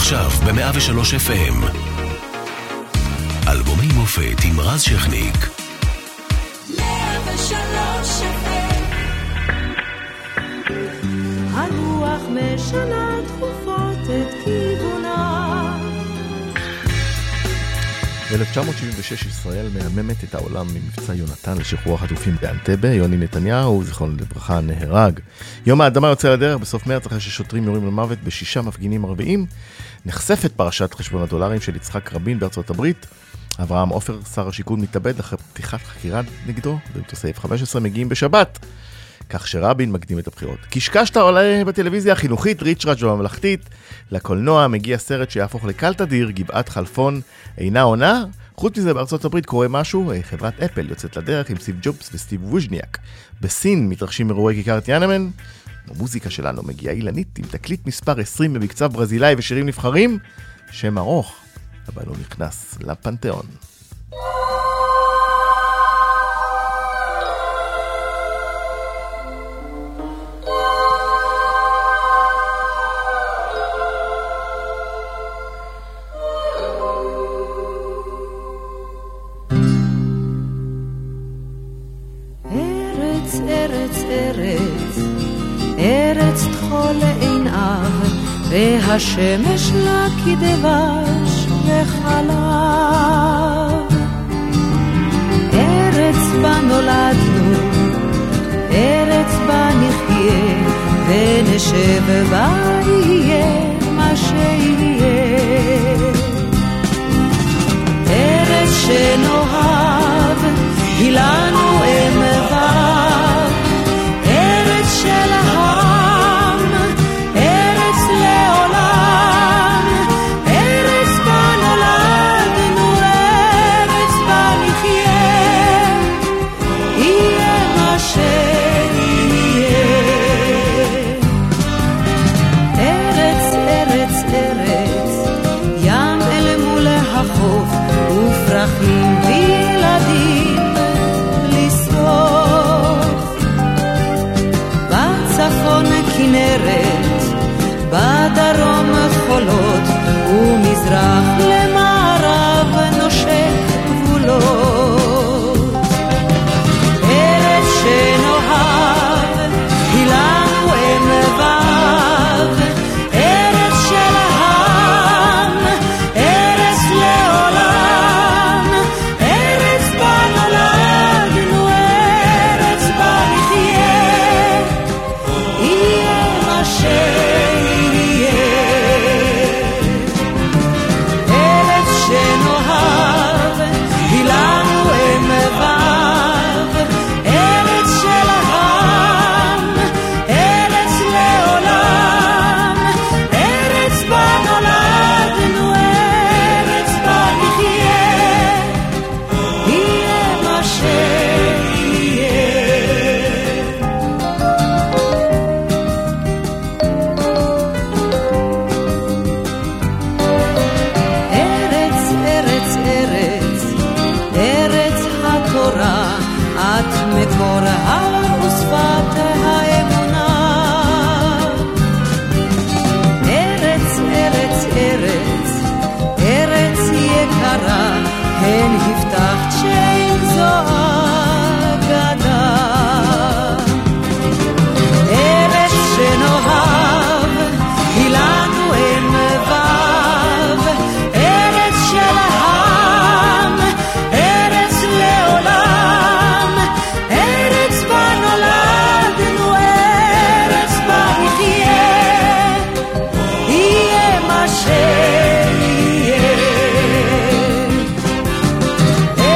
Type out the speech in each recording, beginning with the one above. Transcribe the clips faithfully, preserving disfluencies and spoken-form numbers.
עכשיו ב-מאה ושלוש אף אם. אלבומי מופת עם רז שכניק. מאה ושלוש אף אם. הרוח משנה תקופות את כיוונה. ב-אלף תשע מאות שבעים ושש ישראל מהממת את העולם ממבצע יונתן לשחרור החטופים באנטבה. יוני נתניהו, זיכרונו לברכה, נהרג. יום האדמה יוצא לדרך בסוף מרץ אחרי ששוטרים יורים למוות בשישה מפגינים ערביים. נחשפת פרשת חשבון הדולרים של יצחק רבין בארצות הברית. אברהם עופר, שר השיכון, מתאבד אחרי פתיחת חקירה נגדו. במטוסי אף חמש עשרה מגיעים בשבת, כך שרבין מקדים את הבחירות. קשקשת עולה בטלוויזיה החינוכית, ריצ'ראץ' בממלכתית. לקולנוע מגיע סרט שיהפוך לקל תדיר, גבעת חלפון אינה עונה. חוץ מזה, בארצות הברית קורה משהו. חברת אפל יוצאת לדרך עם סטיב ג'ובס וסטיב ווז'ניאק. בסין מתרחשים אירועי כיכר טיאנמן. המוזיקה שלנו מגיעה אילנית עם תקליט מספר עשרים במקצב ברזילאי ושירים נבחרים. שם ארוך, אבל הוא נכנס לפנתיאון. ארץ תחול לעין אב והשמש לה כדבש וחלב. ארץ בה נולדנו, ארץ בה נחיה ונשב בה יהיה מה שיהיה. ארץ שנאהב היא לנו אם ואב, ארץ של העם, ארץ לעולם, ארץ בה נולדנו, ארץ בה נחיה, יהיה מה שיהיה. ארץ, ארץ, ארץ, ים אל מול החוף, ופרחים וילדים לשרוף. בצפון כנרת, בדרום חולות, ומזרח למערב נושק גבולות. ארץ שנאהב היא לנו אם ואב, ארץ של העם, ארץ לעולם, ארץ בה נולדנו, ארץ בה נחיה, יהיה מה שיהיה. ארץ שנאהב היא לנו אם ואב, ארץ של העם, ארץ לעולם, ארץ בה נולדנו, ארץ בה נחיה, יהיה מה שיהיה. ארץ, ארץ, ארץ, ארץ התורה, את מקור ושפת האמונה. ארץ, ארץ, ארץ, ארץ יקרה, הן הבטחת שאין זו אגדה. ארץ שנאהב היא לנו אם ואב, ארץ של העם, ארץ לעולם, ארץ בה נולדנו, ארץ בה נחיה, יהיה מה שיהיה.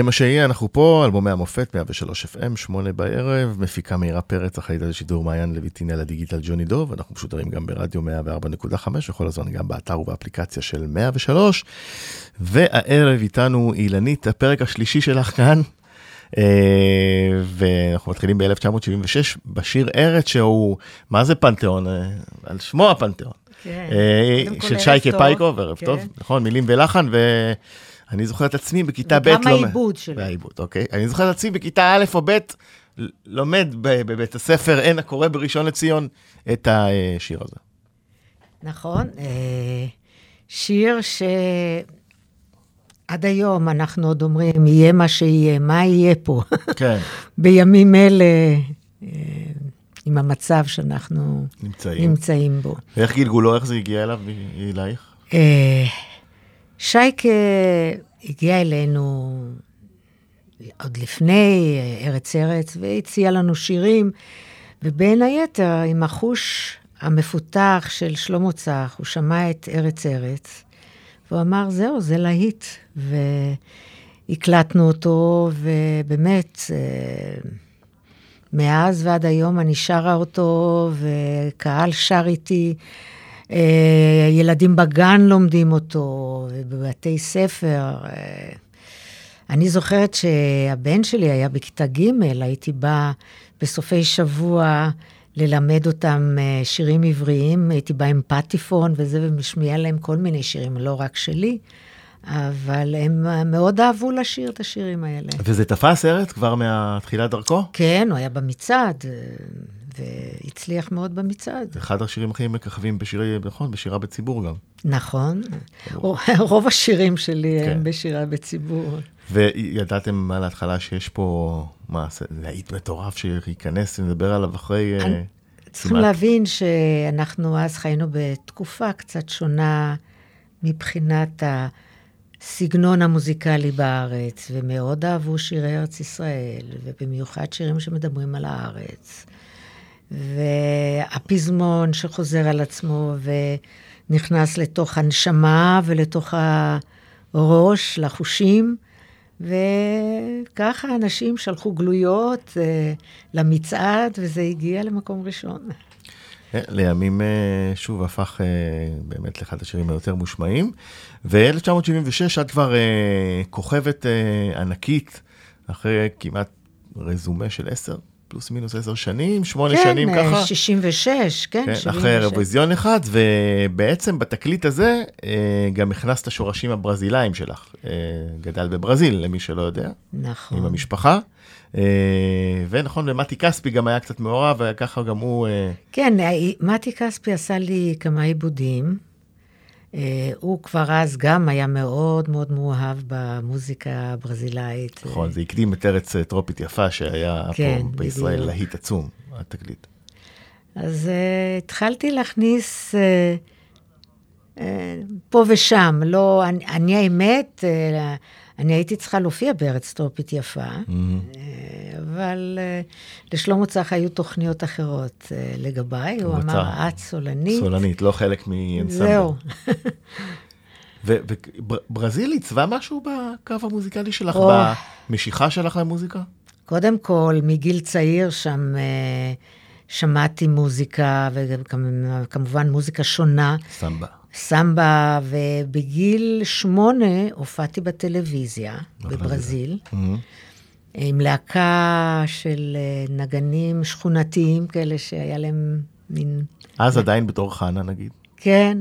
יהיה מה שיהיה, אנחנו פה, אלבומי המופת, מאה ושלוש אף אם, שמונה בערב, מפיקה מהירה פרץ, אחראית על שידור מעיין לויטיני על הדיגיטל ג'וני דוב, אנחנו משודרים גם ברדיו מאה וארבע נקודה חמש, וכל הזמן גם באתר ובאפליקציה של מאה ושלוש, והערב איתנו אילנית, הפרק השלישי שלך כאן, ואנחנו מתחילים ב-אלף תשע מאות שבעים ושש, בשיר ארץ שהוא, מה זה פנתיאון? על שמו הפנתיאון. של שייקה פייקוב, ערב טוב, נכון, מילים ולחן, ואני זוכר את עצמי בכיתה ב' וגם העיבוד שלו. והעיבוד, אוקיי. אני זוכר את עצמי בכיתה א' או ב', לומד בבית הספר, אין הקורא בראשון לציון, את השיר הזה. נכון, שיר שעד היום אנחנו עוד אומרים, יהיה מה שיהיה, מה יהיה פה? כן. בימים אלה, עם המצב שאנחנו נמצאים, נמצאים בו. ואיך גלגולו, איך זה הגיע אליו, אלייך? שייקה הגיע אלינו עוד לפני ארץ ארץ, והציע לנו שירים, ובין היתר, עם החוש המפותח של שלמה צח, הוא שמע את ארץ ארץ, והוא אמר, זהו, זה להיט, והקלטנו אותו, ובאמת, מאז ועד היום אני שרה אותו, וקהל שר איתי, ילדים בגן לומדים אותו, ובבתי ספר. אני זוכרת שהבן שלי היה בכיתה ג', הייתי באה בסופי שבוע ללמד אותם שירים עבריים, הייתי באה עם פטיפון וזה, ומשמיעה להם כל מיני שירים, לא רק שלי, אבל הם מאוד אהבו לשיר את השירים האלה. וזה תפס ארץ כבר מהתחילת דרכו? כן, הוא היה במצעד, והצליח מאוד במצעד. אחד השירים הכי מככבים בשירי, נכון, בשירה בציבור גם. נכון. רוב השירים שלי הם בשירה בציבור. וידעתם מה להתחלה שיש פה, מה, להיט מטורף שייכנס ונדבר עליו אחרי... צריכים להבין שאנחנו אז חיינו בתקופה קצת שונה מבחינת הסגנון המוזיקלי בארץ, ומאוד אהבו שירי ארץ ישראל, ובמיוחד שירים שמדברים על הארץ. והפזמון שחוזר על עצמו ונכנס לתוך הנשמה ולתוך הראש, לחושים, וככה אנשים שלחו גלויות למצעד, וזה הגיע למקום ראשון. לימים שוב הפך באמת לאחד השירים היותר מושמעים, ו-אלף תשע מאות שבעים ושש עד כבר כוכבת ענקית, אחרי כמעט רזומה של עשר, פלוס מינוס עשר שנים, שמונה כן, שנים ככה. כן, שישים ושש, כן, כן אחרי אירוויזיון אחד, ובעצם בתקליט הזה גם הכנסת השורשים הברזילאים שלך. גדל בברזיל, למי שלא יודע. נכון. עם המשפחה. ונכון, ומתי כספי גם היה קצת מעורב, וככה גם הוא... כן, מתי כספי עשה לי כמה עיבודים. הוא כבר אז גם היה מאוד מאוד מאוהב במוזיקה הברזילאית. נכון, זה הקדים את ארץ טרופית יפה שהיה פה בישראל להיט עצום, התקליט. אז התחלתי להכניס פה ושם, לא, אני האמת, אני הייתי צריכה להופיע בארץ טרופית יפה, אבל לשלמה צח היו תוכניות אחרות לגביי, הוא אמר, את סולנית. סולנית, לא חלק מאנסמבל. זהו. וברזיל הצווה משהו בקו המוזיקלי שלך, במשיכה שלך למוזיקה? קודם כל, מגיל צעיר שם שמעתי מוזיקה, וכמובן מוזיקה שונה. סמבה. סמבה, ובגיל שמונה הופעתי בטלוויזיה, בברזיל, עם להקה של נגנים שכונתיים כאלה שהיה להם מין... אז עדיין בתור חנה נגיד. כן,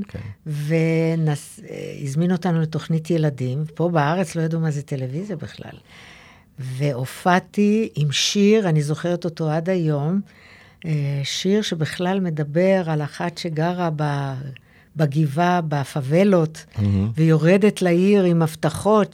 והזמין אותנו לתוכנית ילדים, פה בארץ לא ידעו מה זה טלוויזיה בכלל, והופעתי עם שיר, אני זוכרת אותו עד היום, שיר שבכלל מדבר על אחת שגרה ב... בגבעה, בפאבלות, mm-hmm. ויורדת לעיר עם הבטחות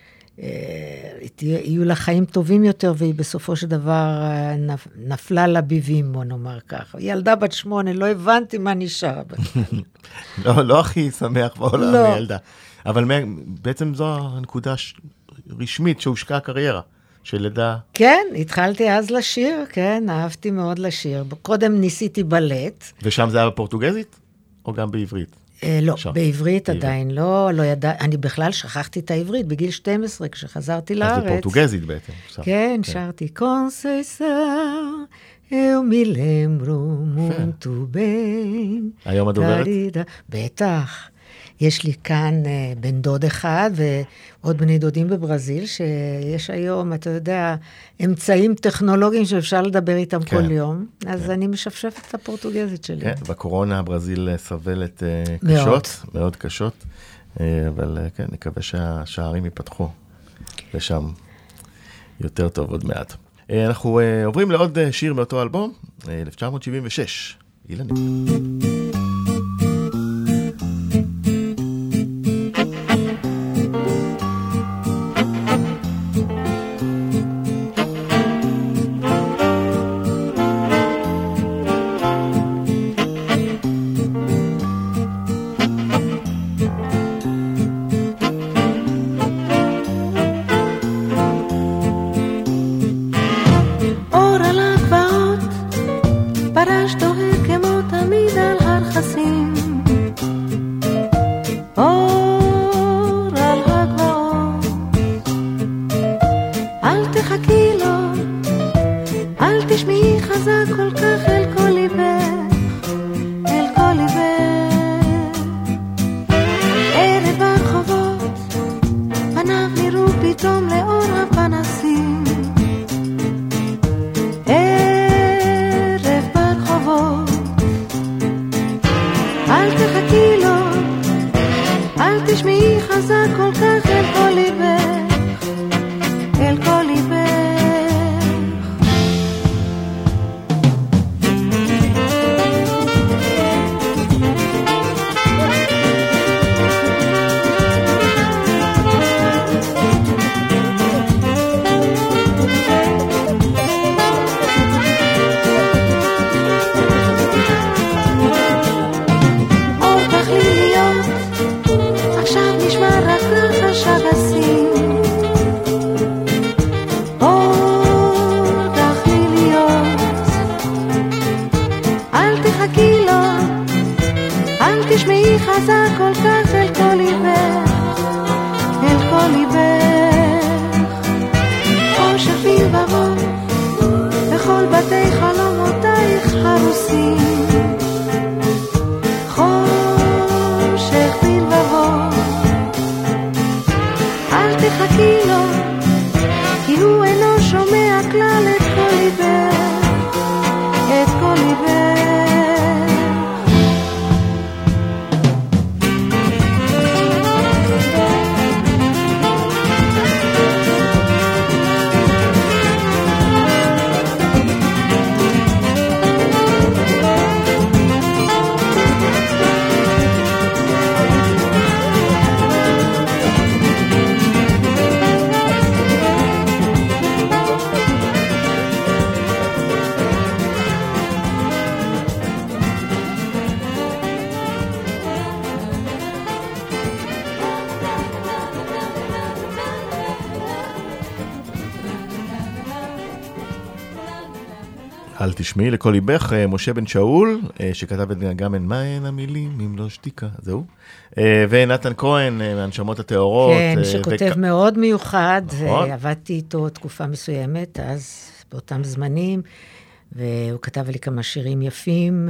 שיהיו לה חיים טובים יותר, והיא בסופו של דבר נפלה לביבים, בוא נאמר ככה. ילדה בת שמונה, לא הבנתי מה נשאר. לא, לא הכי שמח בעולם לא. מילדה. אבל בעצם זו הנקודה רשמית שהושקעה הקריירה. של לידה... כן, התחלתי אז לשיר, כן, אהבתי מאוד לשיר. קודם ניסיתי בלט. ושם זה היה בפורטוגזית? או גם בעברית? לא, בעברית עדיין לא, לא ידע, אני בכלל שכחתי את העברית בגיל שתים עשרה, כשחזרתי לארץ. אז זה פורטוגזית בעצם. כן, שרתי, קונסייסר, eu me lembro muito bem. היום את דוברת? בטח. יש לי כאן בן דוד אחד, ועוד בני דודים בברזיל, שיש היום, אתה יודע, אמצעים טכנולוגיים שאפשר לדבר איתם כן. כל יום, אז כן. אני משפשפת את הפורטוגזית שלי. כן, בקורונה ברזיל סבלת מאוד. קשות, מאוד קשות, אבל כן, נקווה שהשערים ייפתחו לשם יותר טוב עוד מעט. אנחנו עוברים לעוד שיר מאותו אלבום, אלף תשע מאות שבעים ושש, אילנית. אל תשמעי לכל ליבך, משה בן שאול, שכתב את גם אין מה אין המילים, אם לא שתיקה, זהו. ונתן כהן, מהנשמות התיאורות. כן, שכותב ו... מאוד מיוחד, נכון. עבדתי איתו תקופה מסוימת, אז באותם זמנים, והוא כתב לי כמה שירים יפים,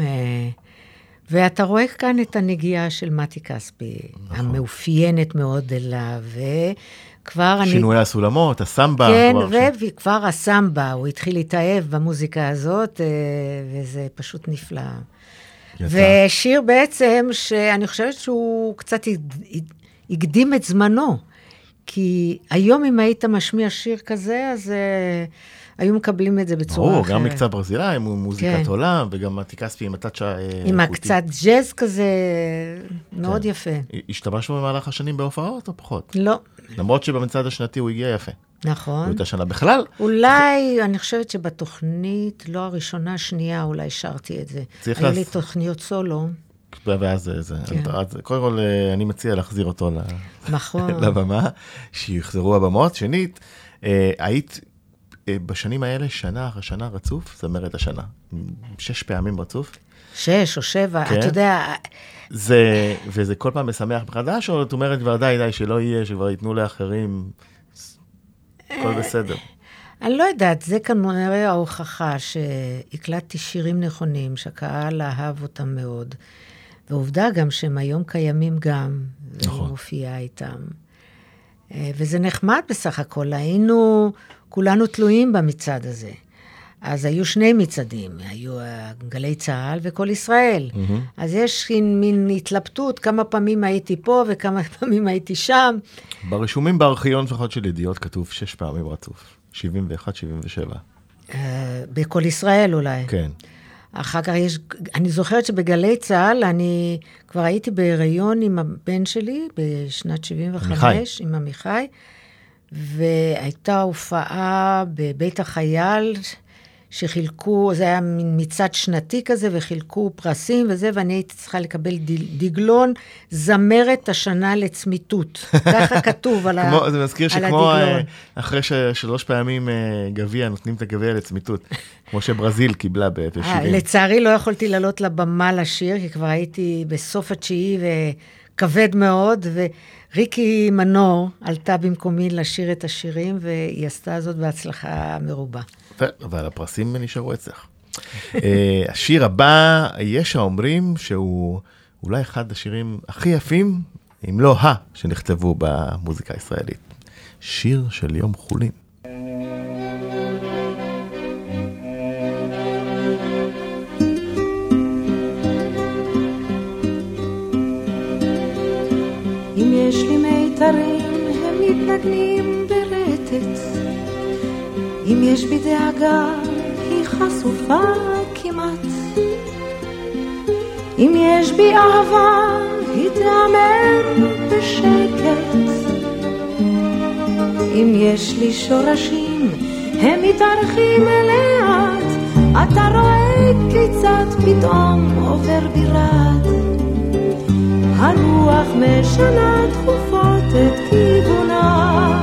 ואתה רואה כאן את הנגיעה של מתי כספי, נכון. המאופיינת מאוד אליו, ו... כבר שינוי אני... הסולמות, הסמבה. כן, וכבר ש... הסמבה, הוא התחיל להתאהב במוזיקה הזאת, וזה פשוט נפלא. יצא. ושיר בעצם, שאני חושבת שהוא קצת הקדים את זמנו, כי היום אם היית משמיע שיר כזה, אז היו מקבלים את זה בצורה ברור, אחרת. גם מקצת ברזילה, עם מוזיקת כן. עולם, וגם מתי כספי עם הטאצ'ה עם הקצת ג'אז כזה, מאוד כן. יפה. השתמשנו במהלך השנים בהופעות או פחות? לא. למרות שבמצד השנתי הוא הגיע יפה. נכון. באותה שנה בכלל. אולי, אני חושבת שבתוכנית, לא הראשונה, השנייה, אולי שרתי את זה. היו לי תוכניות סולו. ואז זה, אז קודם כל אני מציע להחזיר אותו לבמה, שיחזרו הבמות. שנית, היית בשנים האלה, שנה אחרי שנה רצוף, זאת אומרת השנה, שש פעמים רצוף. שש או שבע, כן? אתה יודע... זה, וזה כל פעם משמח מחדש, או את אומרת ודאי, די, שלא יהיה, שכבר ייתנו לאחרים, הכל בסדר. אני לא יודעת, זה כנראה ההוכחה שהקלטתי שירים נכונים, שהקהל אהב אותם מאוד, ועובדה גם שהם היום קיימים גם, נכון. ואני מופיעה איתם. וזה נחמד בסך הכל, היינו כולנו תלויים במצעד הזה. אז היו שני מצעדים, היו גלי צהל וכל ישראל. Mm-hmm. אז יש מין התלבטות, כמה פעמים הייתי פה וכמה פעמים הייתי שם. ברשומים בארכיון לפחות של ידיעות כתוב שש פעמים רצוף, שבעים ואחת שבעים ושבע. Uh, בכל ישראל אולי. כן. אחר כך יש, אני זוכרת שבגלי צהל, אני כבר הייתי בהיריון עם הבן שלי, בשנת שבעים וחמש, עם עמיחי, והייתה הופעה בבית החייל, שחילקו, זה היה מצד שנתי כזה, וחילקו פרסים וזה, ואני הייתי צריכה לקבל דגלון, זמרת השנה לצמיתות. ככה כתוב על הדגלון. זה מזכיר שכמו אחרי שלוש פעמים גביע, נותנים את הגביע לצמיתות, כמו שברזיל קיבלה ב-שבעים. לצערי לא יכולתי לעלות לבמה לשיר, כי כבר הייתי בסוף התשיעי וכבד מאוד, וריקי מנור עלתה במקומי לשיר את השירים, והיא עשתה זאת בהצלחה מרובה. אבל הפרסים נשארו אצלך. השיר הבא, יש האומרים שהוא אולי אחד השירים הכי יפים, אם לא ה, שנכתבו במוזיקה הישראלית. שיר של יום חולין. אם יש לי מיתרים, הם מתנגנים ברטט. אם יש בי דאגה, היא חשופה כמעט. אם יש בי אהבה, היא תאמר בשקט. אם יש לי שורשים, הם מתארחים לאט. אתה רואה כיצד פתאום עובר בירת. הרוח משנה תחופות את כיוונה.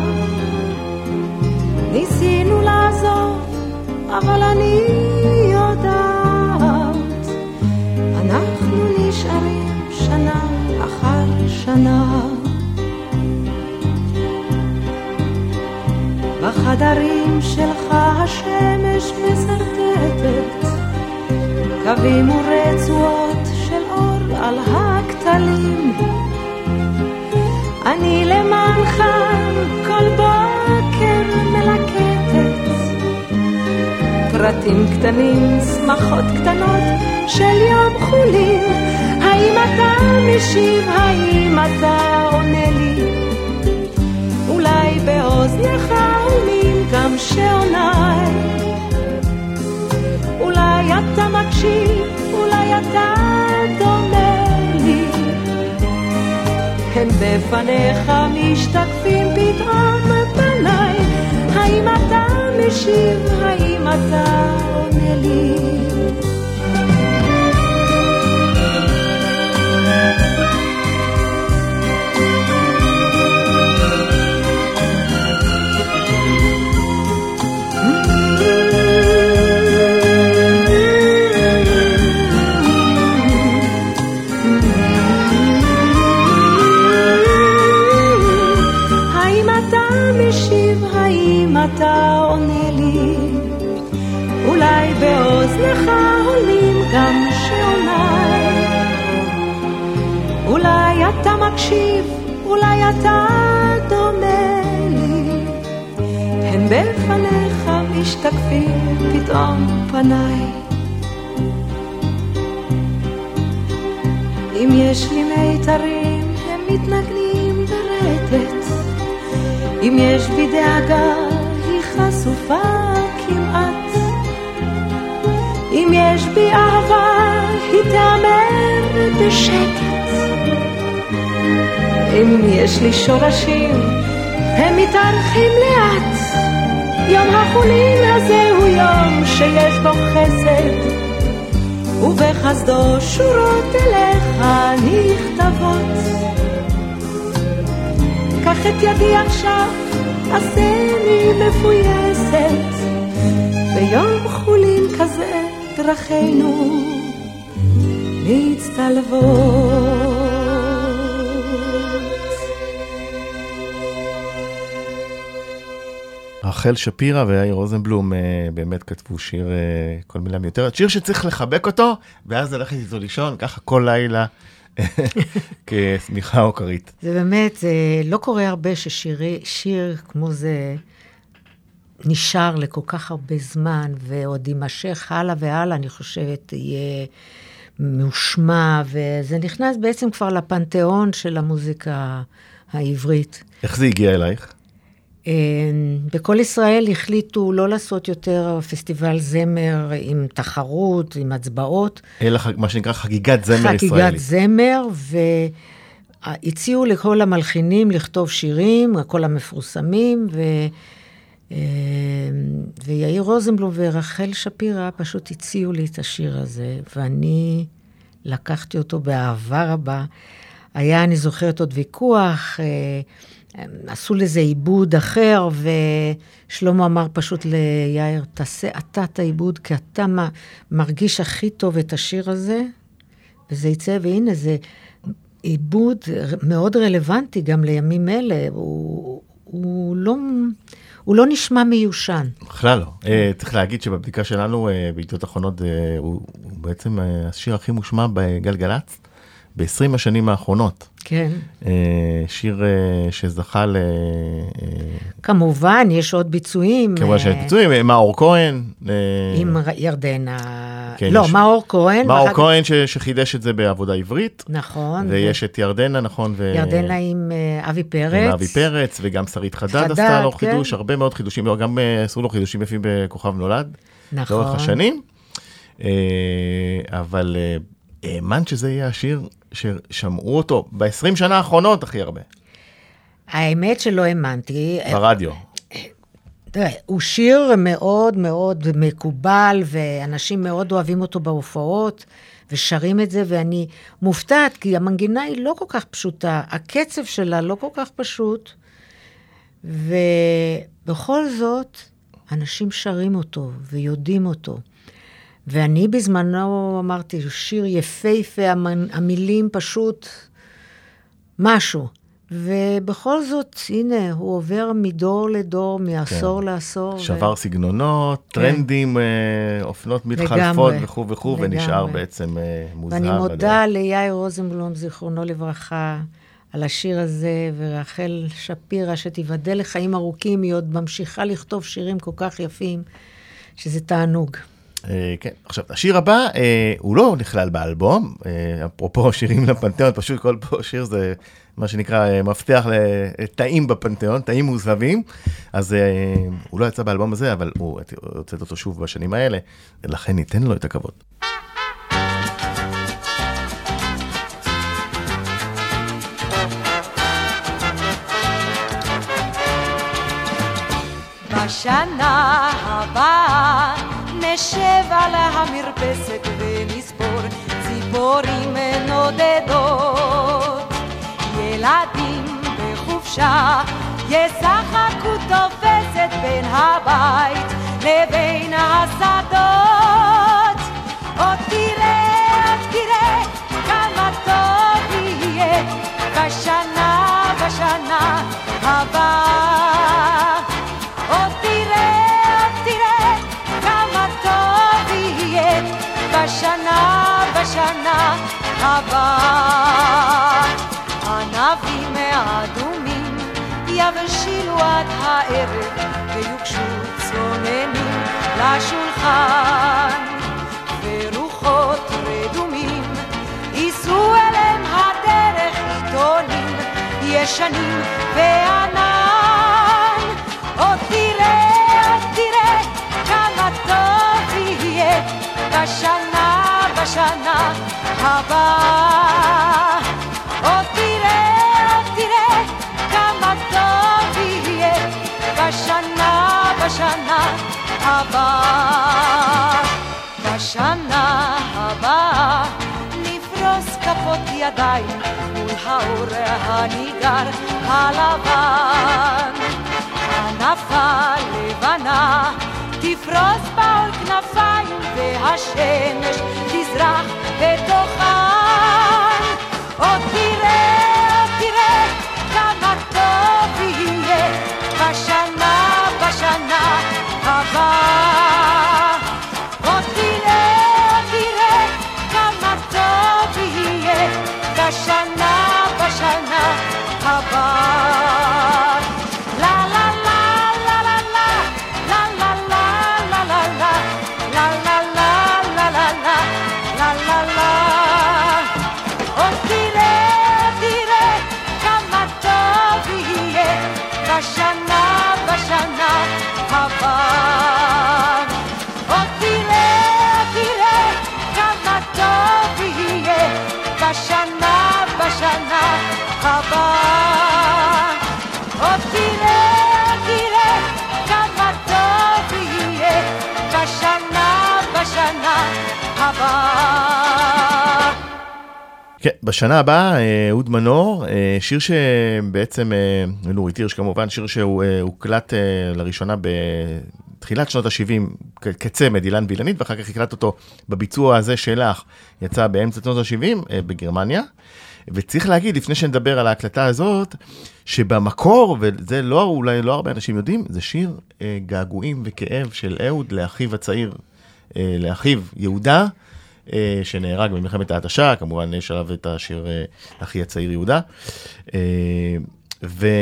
ניסינו לעזוב, אבל אני יודעת, אנחנו נשארים שנה אחר שנה. בחדרים שלך השמש מסרטטת, קווים ורצועות של אור על הכתלים. אני למענך כל בוקר מלקטת, פרטים קטנים, שמחות קטנות של יום חולין. האם אתה משיב, האם אתה עונה לי? אולי באוזניך עונים גם שעוניי. אולי אתה מקשיב, אולי אתה דומה לי. הם בפניך משתקפים פתאום פניי. האם אתה משיב, האם אתה עונה לי? אתה עונה לי, אולי באוזנך עולים גם שעוניי. אולי אתה מקשיב, אולי אתה דומה לי. הם בפניך משתקפים פתאום פניי. אם יש לי מיתרים, הם מתנגנים ברטט. אם יש בי דאגה, חשופה כמעט. אם יש בי אהבה, היא תאמר בשקט. אם יש לי שורשים, הם מתארחים לאט. יום החולין הזה הוא יום שיש בו חסד, ובחסדו שורות אליך נכתבות. קח את ידי עכשיו, עשני מפויסת, ביום חולין כזה דרכינו להצטלבות. רחל שפירא ויאיר רוזנבלום באמת כתבו שיר, כל מילה מיותרת, שיר שצריך לחבק אותו, ואז ללכת איתו לישון, ככה כל לילה, כשמיכה או כרית. זה באמת, זה לא קורה הרבה ששיר כמו זה נשאר לכל כך הרבה זמן, ועוד יימשך הלאה והלאה, אני חושבת, יהיה מושמע, וזה נכנס בעצם כבר לפנתיאון של המוזיקה העברית. איך זה הגיע אלייך? בכל ישראל החליטו לא לעשות יותר פסטיבל זמר עם תחרות, עם הצבעות. אלא מה שנקרא חגיגת זמר חגיגת ישראלית. חגיגת זמר, והציעו לכל המלחינים לכתוב שירים, כל המפורסמים, ו... ויאיר רוזנבלום ורחל שפירא פשוט הציעו לי את השיר הזה, ואני לקחתי אותו באהבה רבה. היה, אני זוכרת עוד ויכוח, עשו לזה עיבוד אחר, ושלמה אמר פשוט ליאיר, תעשה אתה את העיבוד, כי אתה מרגיש הכי טוב את השיר הזה, וזה יצא, והנה, זה עיבוד מאוד רלוונטי גם לימים אלה, הוא, הוא לא... הוא לא נשמע מיושן. בכלל לא. צריך להגיד שבבדיקה שלנו, בעיתות האחרונות, הוא בעצם השיר הכי מושמע בגלגלצ, ב-עשרים השנים האחרונות. כן. שיר שזכה ל... כמובן, יש עוד ביצועים. כמובן שיש ביצועים, מאור כהן. עם ירדנה. לא, מאור כהן. מאור כהן שחידש את זה בעבודה עברית. נכון. ויש את ירדנה, נכון. ירדנה עם אבי פרץ. עם אבי פרץ, וגם שרית חדד עשתה לו חידוש, הרבה מאוד חידושים, גם עשו לו חידושים יפים בכוכב נולד. נכון. לאורך השנים. אבל האמן שזה יהיה השיר ששמעו אותו ב-עשרים שנה האחרונות הכי הרבה. האמת שלא האמנתי. ברדיו. תראה, הוא שיר מאוד מאוד מקובל, ואנשים מאוד אוהבים אותו בהופעות, ושרים את זה, ואני מופתעת, כי המנגינה היא לא כל כך פשוטה, הקצב שלה לא כל כך פשוט, ובכל זאת, אנשים שרים אותו, ויודעים אותו. ואני בזמנו אמרתי, שיר יפהפה, המילים פשוט משהו. ובכל זאת, הנה, הוא עובר מדור לדור, מעשור כן. לעשור. שבר ו... סגנונות, כן. טרנדים, אופנות מתחלפות וכו' וכו', ונשאר בעצם מוזהר. ואני מודה ליאיר רוזנבלום, זיכרונו לברכה, על השיר הזה, ורחל שפירא, שתיבדל לחיים ארוכים, היא עוד ממשיכה לכתוב שירים כל כך יפים, שזה תענוג. כן, עכשיו, השיר הבא, הוא לא נכלל באלבום, אפרופו שירים לפנתיאון, פשוט כל פה שיר זה מה שנקרא מפתח לתאים בפנתיאון, תאים מוזהבים, אז הוא לא יצא באלבום הזה, אבל הוא יוצא אותו שוב בשנים האלה, ולכן ניתן לו את הכבוד. בשנה הבאה נשב על המרפסת ונספור ציפורים נודדות, ילדים בחופשה ישחקו תופסת בין הבית לבין השדות. עוד תראה, עוד תראה כמה טוב יהיה בשנה, בשנה הבאה. עוד תראה, עוד תראה כמה טוב יהיה בשנה, בשנה הבאה. ענבים האדומים יבשילו עד הערב ויוקשו צוננים לשולחן, ורוחות רדומים ייסעו אליהם הדרך עיתונים ישנים וענן. עוד תראה, עוד תראה כמה טוב יהיה בשנה, בשנה הבאה. עוד תראה, עוד תראה כמה טוב יהיה בשנה, בשנה הבאה. בשנה הבאה נפרוס כפות ידיים מול האור הניגר הלבן. ענפה לבנה תפרוס בעול כנפיים, והשמש תזרח בתוכן. עוד תראה, עוד תראה כמה טוב יהיה בשנה, בשנה הבאה. עוד תראה, עוד תראה כמה טוב יהיה בשנה, בשנה הבאה. לה לה לה לה לה לה לה לה לה לה לה לה לה לה לה לה לה לה. עוד תראה, תראה כמה טוב יהיה בשנה, בשנה הבאה. עוד תראה, תראה כמה טוב יהיה בשנה, בשנה הבאה. עוד תראה, תראה כמה טוב יהיה בשנה, בשנה הבאה. כן, בשנה הבאה, אהוד מנור, שיר שבעצם, נורית הירש כמובן, שיר שהוא הוקלט לראשונה בתחילת שנות ה-שבעים, כצמד, אילן וילנית, ואחר כך הקלט אותו בביצוע הזה שלך, יצא באמצע שנות ה-שבעים בגרמניה, וצריך להגיד, לפני שנדבר על ההקלטה הזאת, שבמקור, וזה לא, אולי לא הרבה אנשים יודעים, זה שיר געגועים וכאב של אהוד לאחיו הצעיר, לאחיו יהודה, שנהרג במלחמת ההתשה, כמובן יש עליו את השיר אחי הצעיר יהודה, והוא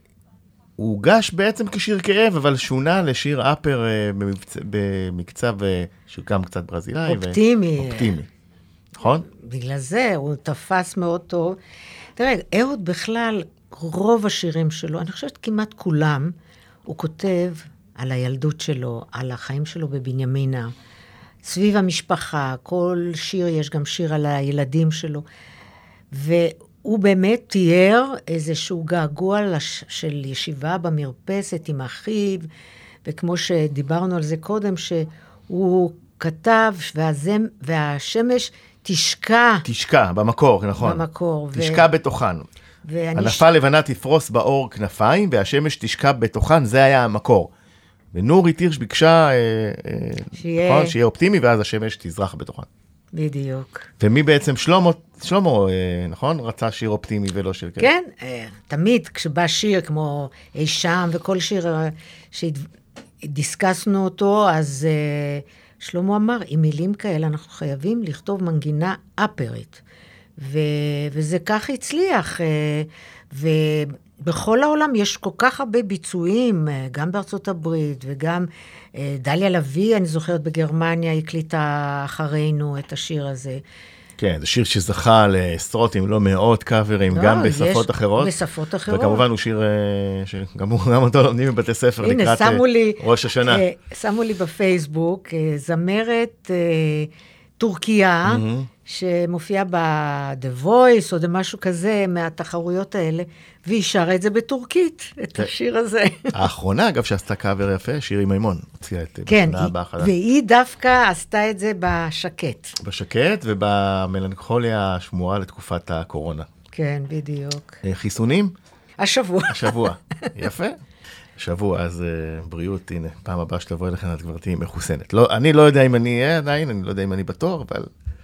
הוגש בעצם כשיר כאב, אבל שונה לשיר אפר במקצב שגם קצת ברזילאי. אופטימי. אופטימי, נכון? בגלל זה הוא תפס מאוד טוב. תראה, אהוד בכלל, רוב השירים שלו, אני חושבת כמעט כולם, הוא כותב על הילדות שלו, על החיים שלו בבנימינה, סביב המשפחה, כל שיר, יש גם שיר על הילדים שלו, והוא באמת תיאר איזשהו געגוע לש... של ישיבה במרפסת עם אחיו, וכמו שדיברנו על זה קודם, שהוא כתב, והזם... והשמש תשקע. תשקע, במקור, נכון. במקור. תשקע ו... בתוכן. ואני... הנפה לבנה תפרוס באור כנפיים, והשמש תשקע בתוכן, זה היה המקור. ונורית הירש ביקשה, שיהיה... נכון, שיהיה אופטימי, ואז השמש תזרח בתוכן. בדיוק. ומי בעצם, שלמה, שלמה, נכון? רצה שיר אופטימי ולא שיר כאלה. כן, תמיד כשבא שיר כמו אי שם, וכל שיר שדיסקסנו אותו, אז שלמה אמר, עם מילים כאלה אנחנו חייבים לכתוב מנגינה אפרית. ו... וזה כך הצליח, ו... בכל העולם יש כל כך הרבה ביצועים, גם בארצות הברית, וגם דליה לוי, אני זוכרת בגרמניה, הקליטה אחרינו את השיר הזה. כן, זה שיר שזכה לעשרות, אם לא מאות קאברים, לא, גם בשפות אחרות. בשפות אחרות. וכמובן הוא שיר שגם אותו לומדים בבתי ספר לקראת לי, ראש השנה. שמו לי בפייסבוק זמרת טורקיה, mm-hmm. שמופיעה ב-The Voice, או משהו כזה, מהתחרויות האלה, והיא שרה את זה בטורקית, את השיר הזה. האחרונה, אגב, שעשתה קאבר יפה, שירי מימון, הוציאה את כן, והיא דווקא עשתה את זה בשקט. בשקט, ובמלנכוליה השמורה לתקופת הקורונה. כן, בדיוק. חיסונים? השבוע. השבוע, יפה. שבוע, אז uh, בריאות, הנה, פעם הבאה שתבוא אליכם, את כבר תהיי מחוסנת. לא, אני לא יודע אם אני אהיה עדיין, אני לא יודע אם אני בתור, אבל...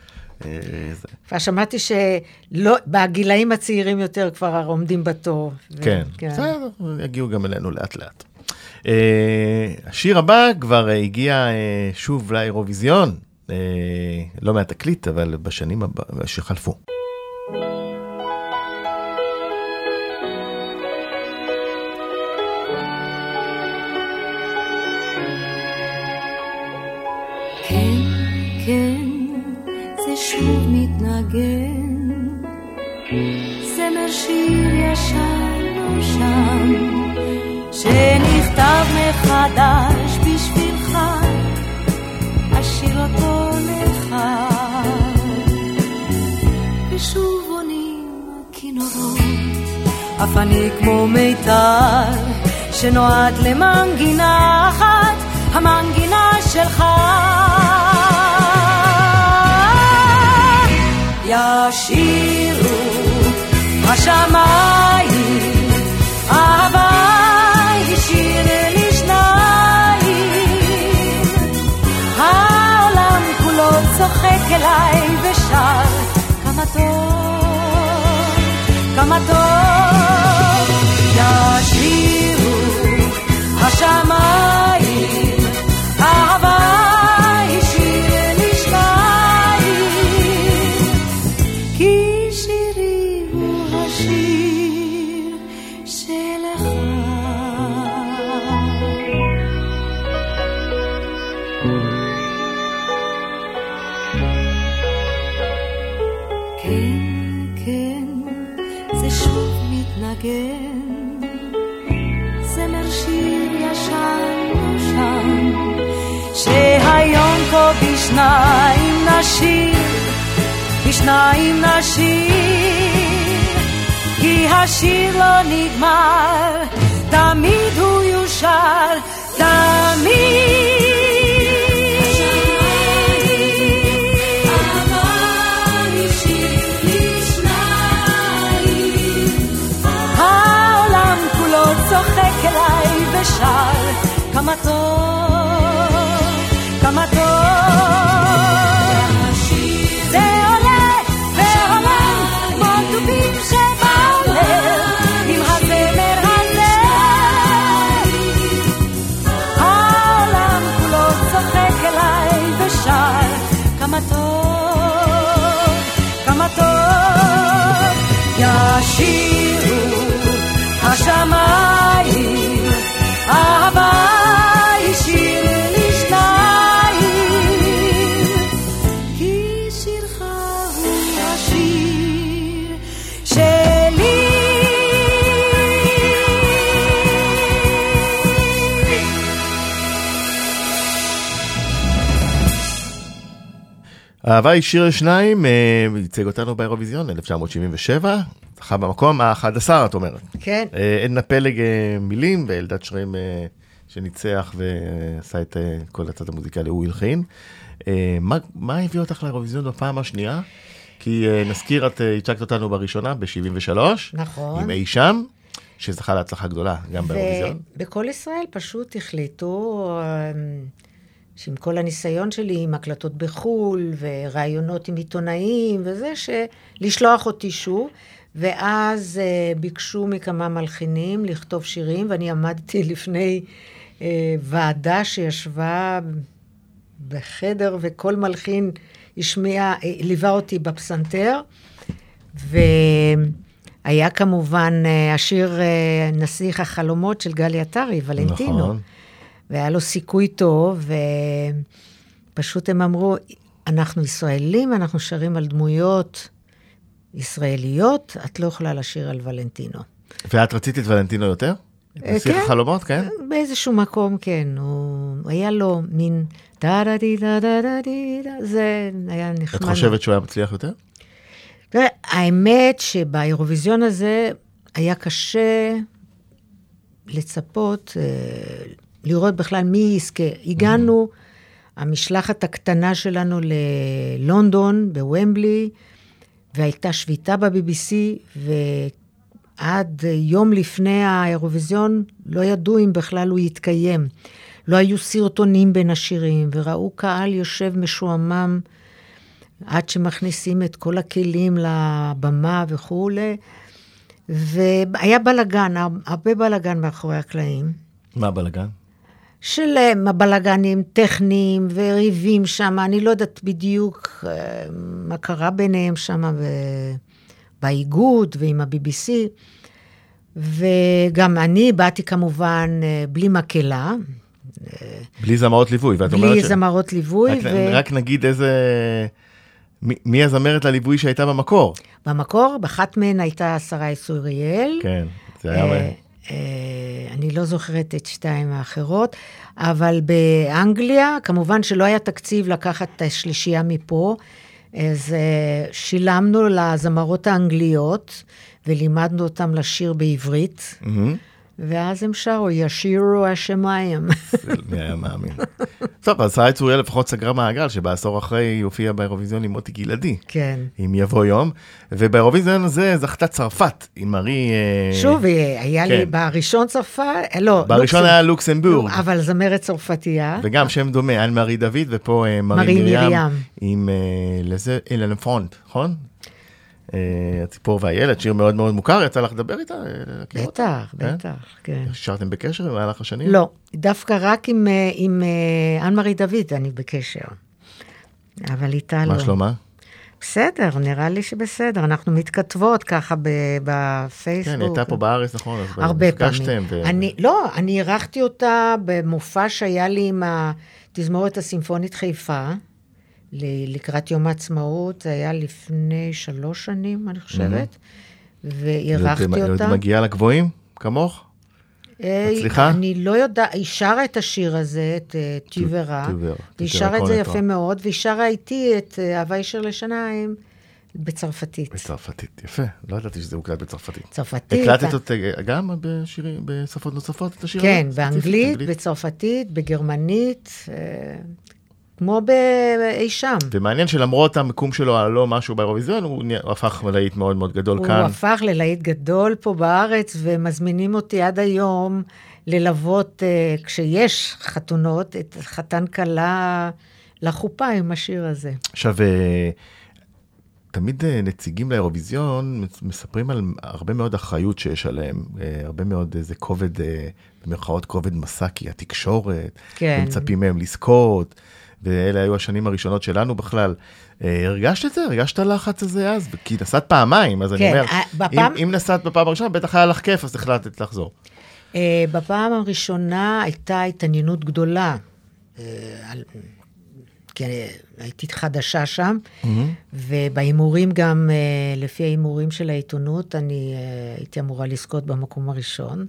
Uh, שמעתי שבגילאים הצעירים יותר כבר עומדים בתור. כן, כן. בסדר, יגיעו גם אלינו לאט לאט. Uh, השיר הבא כבר uh, הגיע uh, שוב לאירוויזיון, uh, לא מהתקליט, אבל בשנים הבא, שחלפו. שוב מתנגן זמר שיר ישן ושם שנכתב מחדש בשבילך אשיר אותו לך ושוב עונים הכינורות אף אני כמו מיתר שנועד למנגינה אחת המנגינה שלך ישירו השמיים אהבה ישיר לשניים העולם כולו צוחק אליי ושם כמה טוב ישירו השמיים, אהבה היא שיר לשניים, כי שירי הוא השיר שלך. זמר שיר ישן נושן, שהיום פה בשניים נשיר, בשניים נשיר, כי השיר לא נגמר, תמיד הוא יושר, תמיד. צוחק אליי ושר, כמה טוב, כמה טוב זה עולה ועולה כמו טובים שבעולה עם הזמר הזה, העולם כולו צוחק אליי ושר, כמה טוב, כמה טוב ישירו השמיים, אהבה היא שיר לשניים, כי שירך הוא השיר שלי. אהבה היא שיר לשניים, ייצג אותנו באירוויזיון אלף תשע מאות שבעים ושבע, זכה במקום ה-אחד עשר, את אומרת. כן. עדנה פלג מילים, ואלדד שרים שניצח ועשה את כל הצד המוזיקלי, הוא הלחין. מה, מה הביא אותך לאירוויזיון בפעם השנייה? כי נזכיר, את הצגת אותנו בראשונה, ב-שבעים ושלוש. נכון. עם אי שם, שזכה להצלחה גדולה, גם באירוויזיון. ובכל ישראל פשוט החליטו, שעם כל הניסיון שלי, עם הקלטות בחול, ורעיונות עם עיתונאים, וזה, שלשלוח אותי שוב, ואז uh, ביקשו מכמה מלחינים לכתוב שירים, ואני עמדתי לפני uh, ועדה שישבה בחדר, וכל מלחין השמיע, ליווה אותי בפסנתר, והיה כמובן uh, השיר uh, נסיך החלומות של גלי עטרי, ולנטינו. נכון. והיה לו סיכוי טוב, ופשוט הם אמרו, אנחנו ישראלים, אנחנו שרים על דמויות ישראליות, את לא יכולה לשיר על ולנטינו. ואת רצית את ולנטינו יותר? נסיך החלומות, כן? באיזשהו מקום, כן. הוא היה לו מין דה-דה-די, דה-דה-די, זה היה נחמד. את חושבת שהוא היה מצליח יותר? האמת שבאירוויזיון הזה היה קשה לצפות, לראות בכלל מי יזכה. הגענו, המשלחת הקטנה שלנו ללונדון, בוומבלי, והייתה שביתה ב-בי בי סי, ועד יום לפני האירוויזיון לא ידעו אם בכלל הוא יתקיים. לא היו סרטונים בין השירים, וראו קהל יושב משועמם, עד שמכניסים את כל הכלים לבמה וכו'. והיה בלגן, הרבה בלגן מאחורי הקלעים. מה בלגן? של בלגנים טכניים וריבים שם, אני לא יודעת בדיוק מה קרה ביניהם שם באיגוד ועם ה-בי בי סי, וגם אני באתי כמובן בלי מקלה. בלי זמרות ליווי, ואת אומרת בלי ש... זמרות ליווי. רק, ו... רק נגיד איזה... מי, מי הזמרת לליווי שהייתה במקור? במקור, באחת מהן הייתה שרי צוריאל. כן, זה היה... אני לא זוכרת את שתיים האחרות, אבל באנגליה, כמובן שלא היה תקציב לקחת את השלישייה מפה, אז שילמנו לזמרות האנגליות, ולימדנו אותם לשיר בעברית, ואז הם שרו, ישירו השמיים. מי היה מאמין. טוב, אז שרי צוריאל לפחות סגרה מעגל, שבעשור אחרי היא הופיעה באירוויזיון עם מוטי גלעדי. כן. אם יבוא יום. ובאירוויזיון הזה זכתה צרפת, עם מרי... שוב, היה לי בראשון צרפת, לא, בראשון היה לוקסמבורג. אבל זמרת צרפתייה. וגם שם דומה, אל מרי דוד, ופה מרי מרים. עם לזה, אלן פרונט, נכון? הציפור והילד, שיר מאוד מאוד מוכר, יצא לך לדבר איתה? בטח, בטח, כן. שרתם בקשר במהלך השנים? לא, דווקא רק עם, עם אן-מארי דוד אני בקשר. אבל איתה לא. מה שלומה? בסדר, נראה לי שבסדר. אנחנו מתכתבות ככה בפייסבוק. כן, היא הייתה פה בארץ, נכון? הרבה פעמים. ו... אני, לא, אני ערכתי אותה במופע שהיה לי עם התזמורת הסימפונית חיפה, לקראת יום העצמאות, זה היה לפני שלוש שנים, אני חושבת, וערכתי אותה. מגיעה לגבוהים, כמוך? הצליחה? אני לא יודע, היא שרה את השיר הזה, את טיוברה, והיא שרה את זה יפה מאוד, והיא שרה איתי את אהבה ישר לשניים בצרפתית. בצרפתית, יפה. לא ידעתי שזה הוקלט בצרפתית. צרפתית. הקלטת אותה גם בשירים, בשפות נוספות את השיר הזה? כן, באנגלית, בצרפתית, בגרמנית, כמו באי שם. ומעניין שלמרות המקום שלו על לא משהו באירוויזיון, הוא הפך ללהיט מאוד מאוד גדול הוא כאן. הוא הפך ללהיט גדול פה בארץ, ומזמינים אותי עד היום ללוות, uh, כשיש חתונות, את חתן קלה לחופה עם השיר הזה. עכשיו, תמיד נציגים לאירוויזיון מספרים על הרבה מאוד אחריות שיש עליהם, הרבה מאוד איזה כובד, במרכאות כובד מסע, כי התקשורת, כן. ומצפים מהם לזכות, ואלה היו השנים הראשונות שלנו בכלל. הרגשת את זה? הרגשת הלחץ הזה אז? כי נסעת פעמיים, אז אני אומר, אם, אם נסעת בפעם הראשונה, בטח היה לך כיף, אז החלטת לחזור. בפעם הראשונה הייתה התעניינות גדולה, כי הייתי חדשה שם, ובהימורים גם, לפי ההימורים של העיתונות, אני הייתי אמורה לזכות במקום הראשון,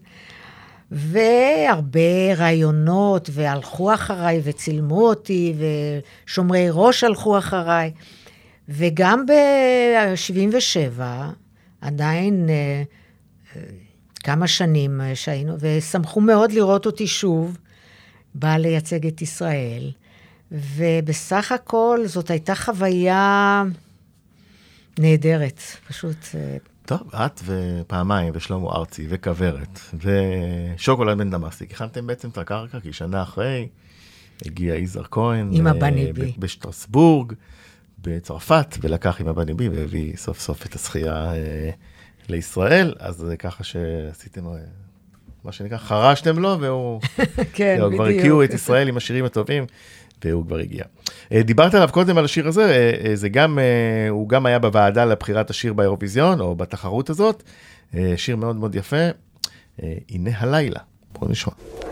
והרבה רעיונות, והלכו אחריי וצילמו אותי, ושומרי ראש הלכו אחריי, וגם ב-שבעים ושבע, עדיין כמה שנים שהיינו, ושמחו מאוד לראות אותי שוב, באה לייצג את ישראל, ובסך הכל זאת הייתה חוויה נהדרת, פשוט... טוב, את ופעמיים, ושלמה ארצי, וכברת, ושוקולד בן דמאסיק, הכנתם בעצם את הקרקע, כי שנה אחרי הגיע יזהר כהן, עם הבניבי. בשטרסבורג, בצרפת, ולקח עם הבניבי, והביא סוף סוף את הזכייה לישראל, אז ככה שעשיתם, מה שנקרא, חרשתם לו, והוא כן, בדיוק. כבר הקיעו את ישראל עם השירים הטובים, והוא כבר הגיע. דיברת עליו קודם על השיר הזה, זה גם, הוא גם היה בוועדה לבחירת השיר באירוויזיון, או בתחרות הזאת, שיר מאוד מאוד יפה, הנה הלילה. בואו נשמע.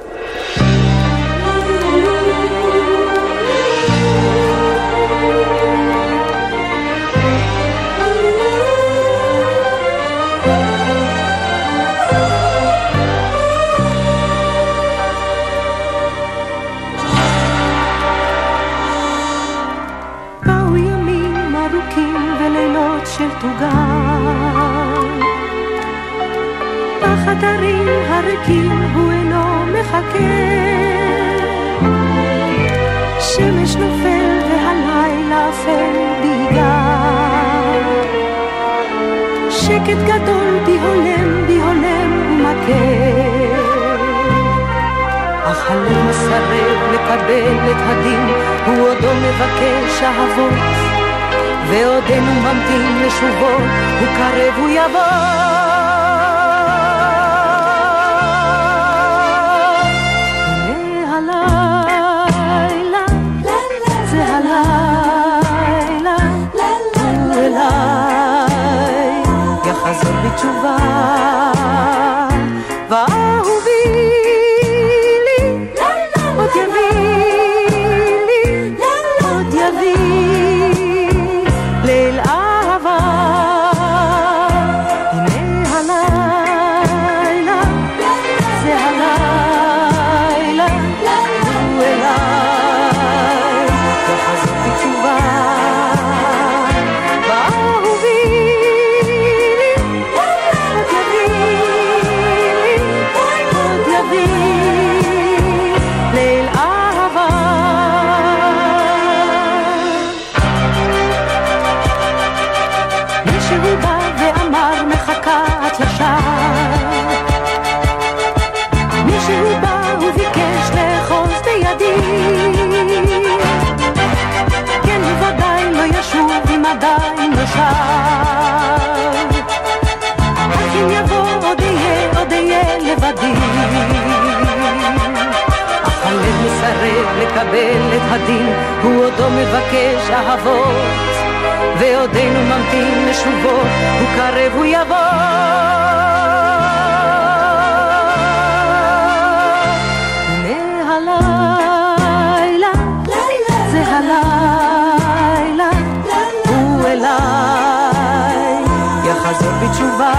בחדרים הריקים הוא אינו מחכה, שמש נופל והלילה אפל ביגר, שקט גדול בי הולם בי הולם ומכה, אך הלב מסרב לקבל את הדין, הוא עודו מבקש אהבות, ועודנו ממתין לשובו, הוא קרב הוא יבוא. חזור בתשובה ואהובי לי עוד יביא לי עוד יביא ליל אהבה הנה הלילה זה הלילה הוא אליי וחזור בתשובה ואהובי לקבל את הדין, הוא עודו מבקש אהבות, ועודנו ממתין לשובו, הוא קרב הוא יבוא. הנה הלילה, זה הלילה, הוא אליי יחזור בתשובה,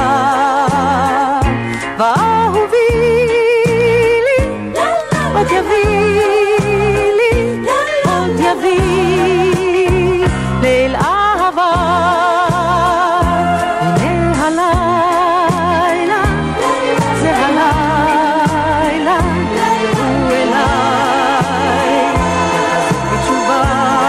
ואהובי לי עוד יביא לי, עוד יביא ליל אהבה. הנה הלילה, זה הלילה, הוא אליי יחזור בתשובה,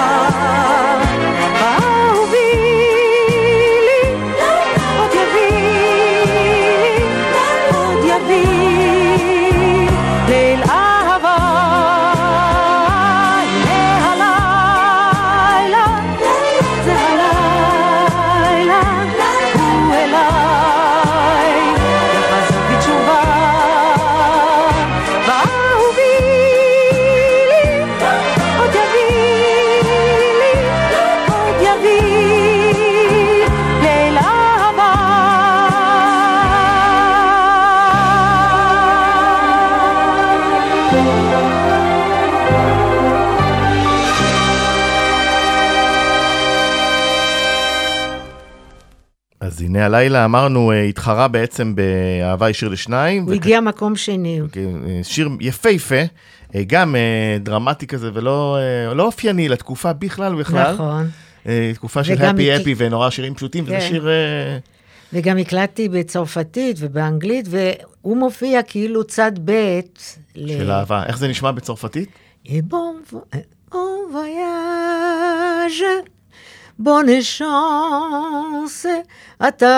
ואהובי לי עוד יביא לי, עוד יביא ליל אהבה. הנה הלילה, זה הלילה, הוא אליי יחזור בתשובה, ואהובי לי עוד יביא לי, עוד יביא ליל אהבה. אז הנה הלילה, אמרנו, אה, התחרה בעצם באהבה ישיר לשניים. הוא הגיע מקום שני. אה, שיר יפהפה, אה, גם אה, דרמטי כזה, ולא אה, לא אופייני לתקופה בכלל בכלל. נכון. אה, תקופה של וגם הפי הק- הפי ונורא שירים פשוטים, וזה כן. שיר... אה, וגם הקלטתי בצרפתית ובאנגלית, והוא מופיע כאילו צד ב' ל- של אהבה. איך זה נשמע בצרפתית? Et bon, vo- bon voyage, bonne chance à ta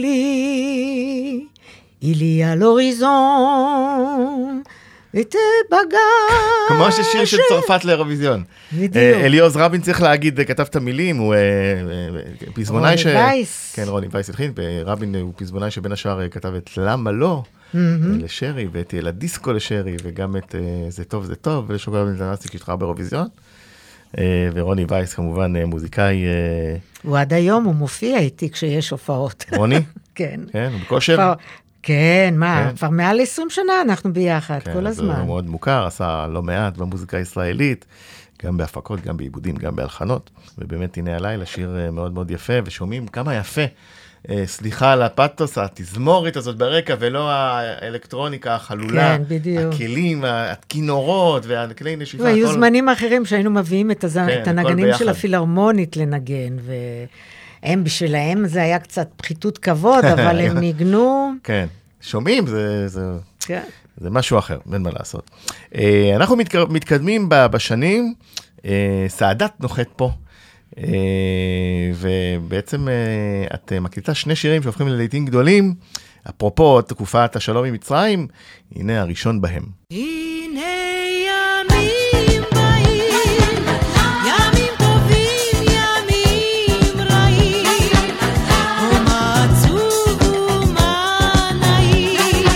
folie. Il y a l'horizon et tes bagages. כמו ששיר של צרפת לאירוויזיון. בדיוק. אה, אליעוז רבין צריך להגיד, כתב את המילים, הוא אה, אה, פזמונאי רוני ש... וייס. כן, רוני וייס התחיל, רבין הוא פזמונאי שבין השאר אה, כתב את למה לא, אה, לשרי, ואת לדיסקו לשרי, וגם את אה, זה טוב זה טוב, ולשוקולד מלטנסטיק שהתחרה באירוויזיון. אה, ורוני וייס כמובן אה, מוזיקאי, אה, הוא עד היום, הוא מופיע איתי כשיש הופעות. רוני, כן. כן, הוא בכושר. כבר- כן, מה, כן. כבר מעל עשרים שנה אנחנו ביחד, כן, כל אז הזמן. הוא מאוד מוכר, עשה לא מעט במוזיקה הישראלית, גם בהפקות, גם בעיבודים, גם בהלחנות, ובאמת הנה הלילה, שיר אה, מאוד מאוד יפה, ושומעים כמה יפה. אה, סליחה על הפאטוס, התזמורת הזאת ברקע, ולא האלקטרוניקה החלולה, כן, בדיוק. הכלים, הכינורות והכלי נשיפה. והיו הכל- זמנים אחרים שהיינו מביאים את, הז... כן, את הכל הנגנים ביחד. של הפילהרמונית לנגן, והם בשבילהם זה היה קצת פחיתות כבוד, אבל הם ניגנו. כן, שומעים, זה... זה... כן. זה משהו אחר, אין מה לעשות. אה, אנחנו מתקר... מתקדמים ב- בשנים, אה, סעדת נוחת פה, אה, ובעצם אה, את אה, מקליטה שני שירים שהופכים ללהיטים גדולים, אפרופו תקופת השלום עם מצרים, הנה הראשון בהם. הנה ימים באים, ימים טובים, ימים רעים, ומה עצוב ומה נעים,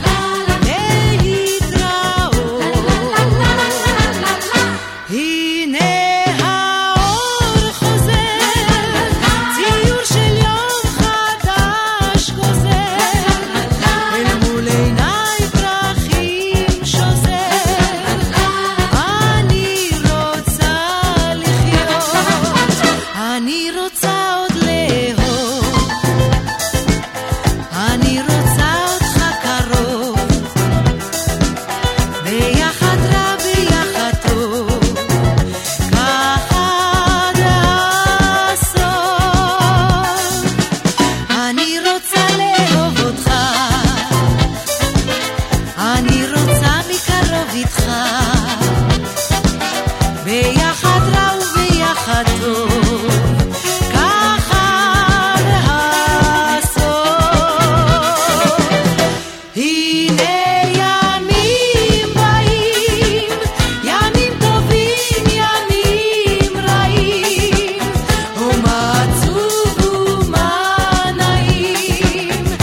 להתראות. הנה האור חוזר, ציור של יום חדש גוזר, אל מול עיניי פרחים שוזר, אני רוצה לחיות, אני רוצה עוד לאהוב, אני רוצה אותך קרוב, ביחד רע ביחד טוב, ככה עד הסוף. אני רוצה לאהוב אותך, אני רוצה מקרוב איתך, ביחד רע וביחד טוב, ככה עד הסוף. הנה ימים באים, ימים טובים, ימים רעים, ומה עצוב ומה נעים,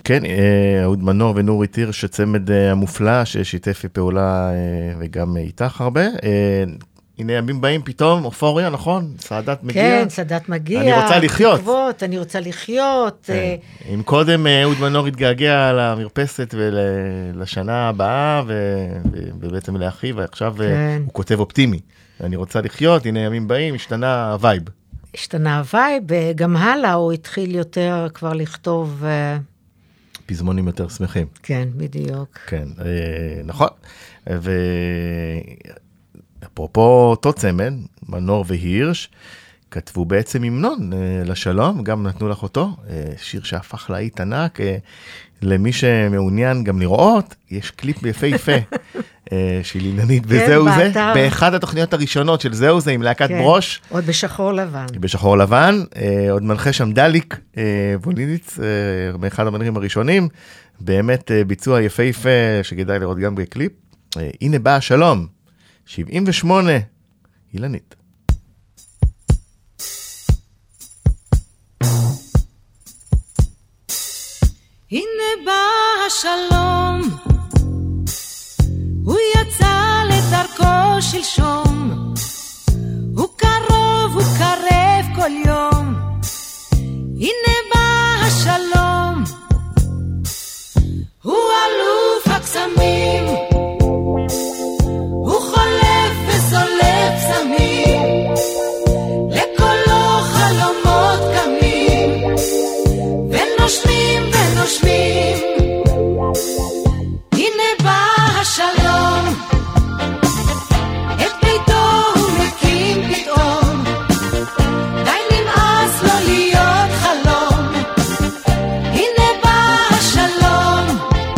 כן, אהוד מנור ונורית הירש, הצמד המופלא ששיתף פעולה וגם איתך הרבה. הנה ימים באים פתאום, אופוריה, נכון? סעדת מגיע. כן, סעדת מגיע. אני רוצה לחיות. תקוות, אני רוצה לחיות. כן. אם קודם אהוד מנור התגעגע למרפסת ולשנה הבאה, ובעצם לאחיו, ועכשיו כן. הוא כותב אופטימי. אני רוצה לחיות, הנה ימים באים, השתנה הווייב. השתנה הווייב, גם הלאה הוא התחיל יותר כבר לכתוב... פזמונים יותר שמחים. כן, בדיוק. כן, נכון. ואפרופו אותו צמד, מנור והירש, כתבו בעצם המנון לשלום, גם נתנו לך אותו, שיר שהפך להיט ענק, למי שמעוניין גם לראות, יש קליפ יפה יפה, של אילנית וזהו זה, באחד התוכניות הראשונות של זהו זה, עם להקת ברוש. עוד בשחור לבן. בשחור לבן, עוד מנחה שם דליק ווליניץ, מאחד המנחים הראשונים, באמת ביצוע יפה יפה, שכדאי לראות גם בקליפ. הנה בא השלום, שבעים ושמונה, אילנית. הנה בא השלום, הוא יצא לדרכו שלשום, הוא קרוב, הוא קרב כל יום. הנה בא השלום, הוא אלוף הקסמים, הוא חולף וסולף סמים, לקולו חלומות קמים, ונושמים ונושמים. הנה בא השלום, את ביתו הוא מקים פתאום, די נמאס לו להיות חלום. הנה בא השלום,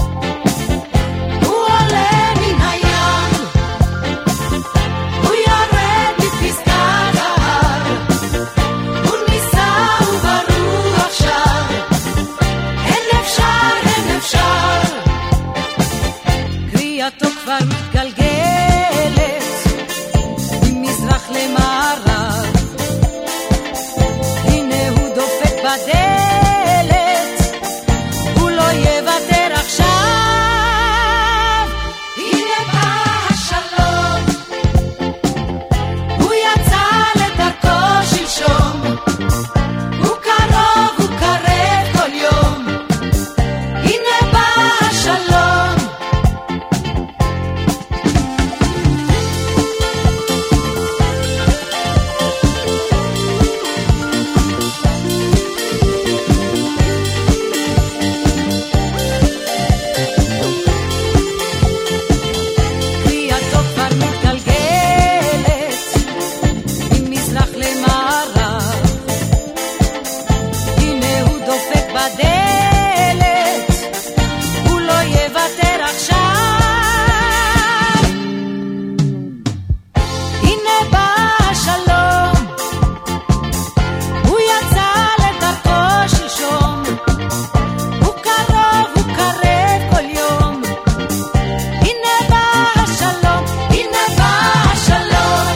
הוא עולה מן הים, הוא יורד מפסגת ההר, הוא ניסה וברוח שר, אין אפשר, אין אפשר. קריאתו כבר מתגלגלת ממזרח למערב, הנה הוא דופק בדלת, הוא לא יוותר עכשיו. הנה בא השלום, הוא יצא לדרכו שלשום, הוא קרוב, הוא קרב כל יום. הנה בא השלום, קריאתו כבר מתגלגלת ממזרח למערב, הנה הוא דופק בדלת, הוא לא יוותר עכשיו. הנה בא השלום, הוא יצא לדרכו שלשום, הוא קרוב, הוא קרב כל יום. הנה בא השלום, הנה בא השלום,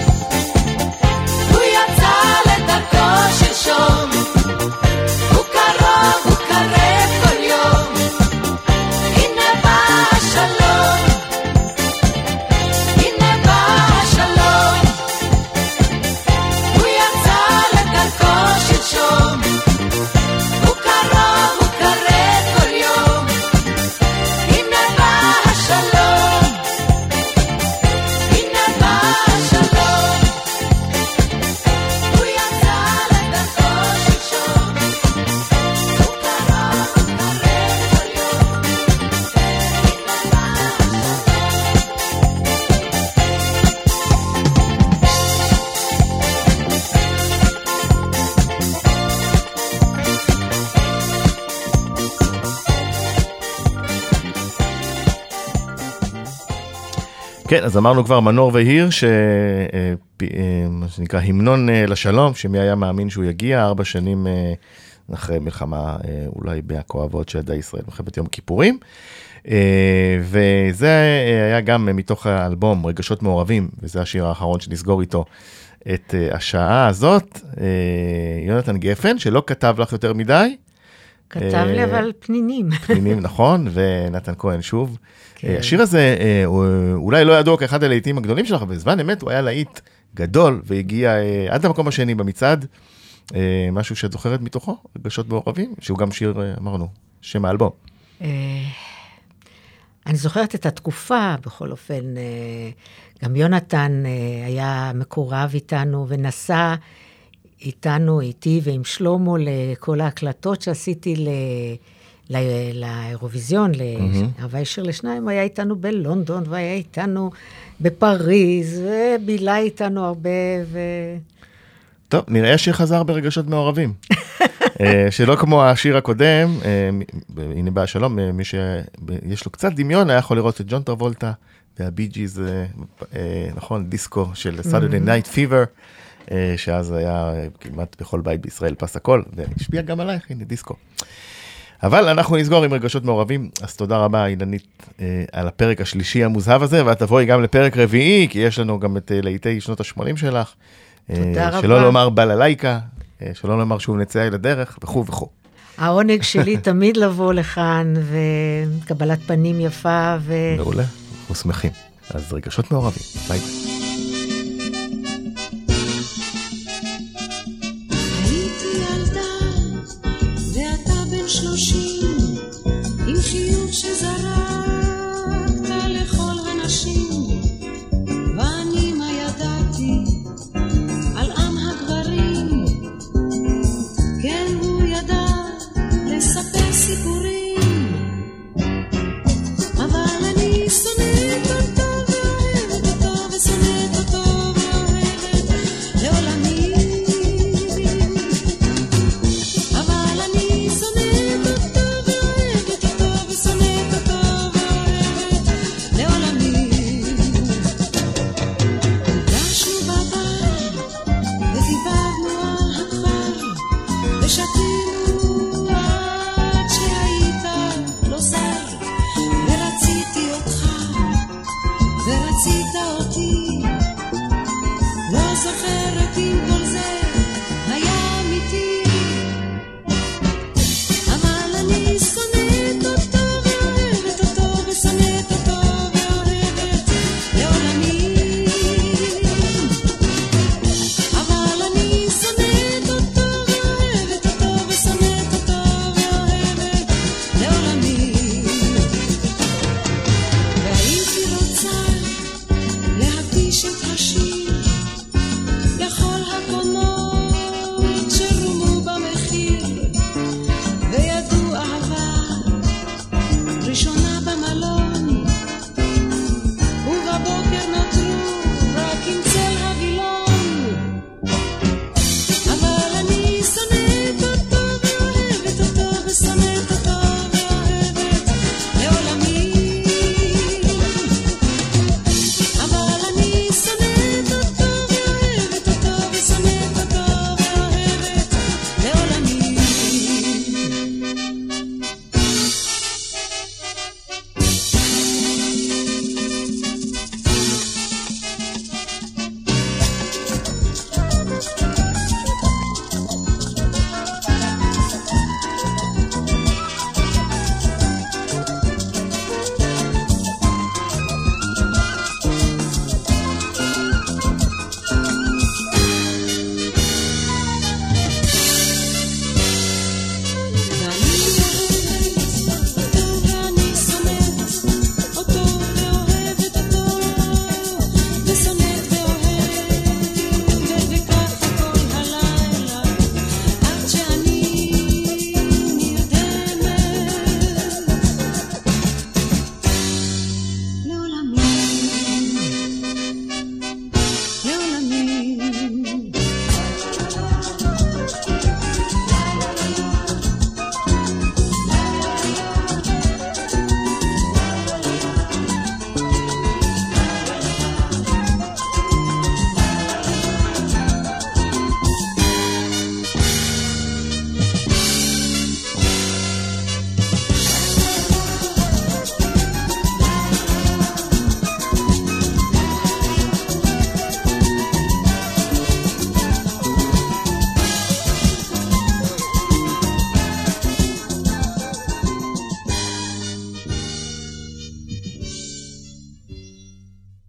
הוא יצא לדרכו שלשום, הוא קרוב, הוא קרב כל יום. הנה בא השלום, הנה בא השלום, הוא יצא לדרכו שלשום, הוא קרוב, הוא קרב כל יום. הנה בא השלום, הנה בא השלום, הוא יצא לדרכו שלשום, הוא קרוב, הוא קרב כל יום. כן, אז אמרנו כבר מנור והירש, מה שנקרא המנון לשלום, שמי היה מאמין שהוא יגיע, ארבע שנים אחרי מלחמה, אולי בהכואבות שידעה ישראל, מלחמת יום הכיפורים. וזה היה גם מתוך האלבום רגשות מעורבים, וזה השיר האחרון שנסגור איתו את השעה הזאת. יונתן גפן, שלא כתב לך יותר מדי, כתב לי אבל פנינים. פנינים, נכון, ונתן כהן שוב. השיר הזה אולי לא ידוע כאחד הלהיטים הגדולים שלך, בזמן אמת הוא היה להיט גדול, והגיע עד למקום השני במצעד, משהו שאת זוכרת מתוכו, רגשות מעורבים, שהוא גם שיר, אמרנו, שם האלבום. אני זוכרת את התקופה, בכל אופן, גם יונתן היה מקורב איתנו, ונסע איתנו, איתי ועם שלמה, לכל ההקלטות שעשיתי ל... לאירוויזיון, להווי שיר לשניים, הוא היה איתנו בלונדון, והיה איתנו בפריז, ובילה איתנו הרבה, ו... טוב, נראה שחזר ברגשות מעורבים. שלא כמו השיר הקודם, הנה בא שלום, מי שיש לו קצת דמיון, היה יכול לראות את ג'ון טרבולטה, והבי ג'יז, נכון, דיסקו של Saturday Night Fever, שאז היה כמעט בכל בית בישראל פס הכל, והשפיע גם עלייך, הנה דיסקו. אבל אנחנו נסגור עם רגשות מעורבים, אז תודה רבה אילנית על הפרק השלישי המוזהב הזה, ואת תבואי גם לפרק רביעי, כי יש לנו גם את להיטי שנות ה-שמונים שלך. תודה רבה. שלא לומר בללייקה, שלא לומר שוב נצא לדרך, וכו' וכו'. העונג שלי תמיד לבוא לכאן, וקבלת פנים יפה. ו... מעולה, אנחנו שמחים. אז רגשות מעורבים, ביי ביי. Shut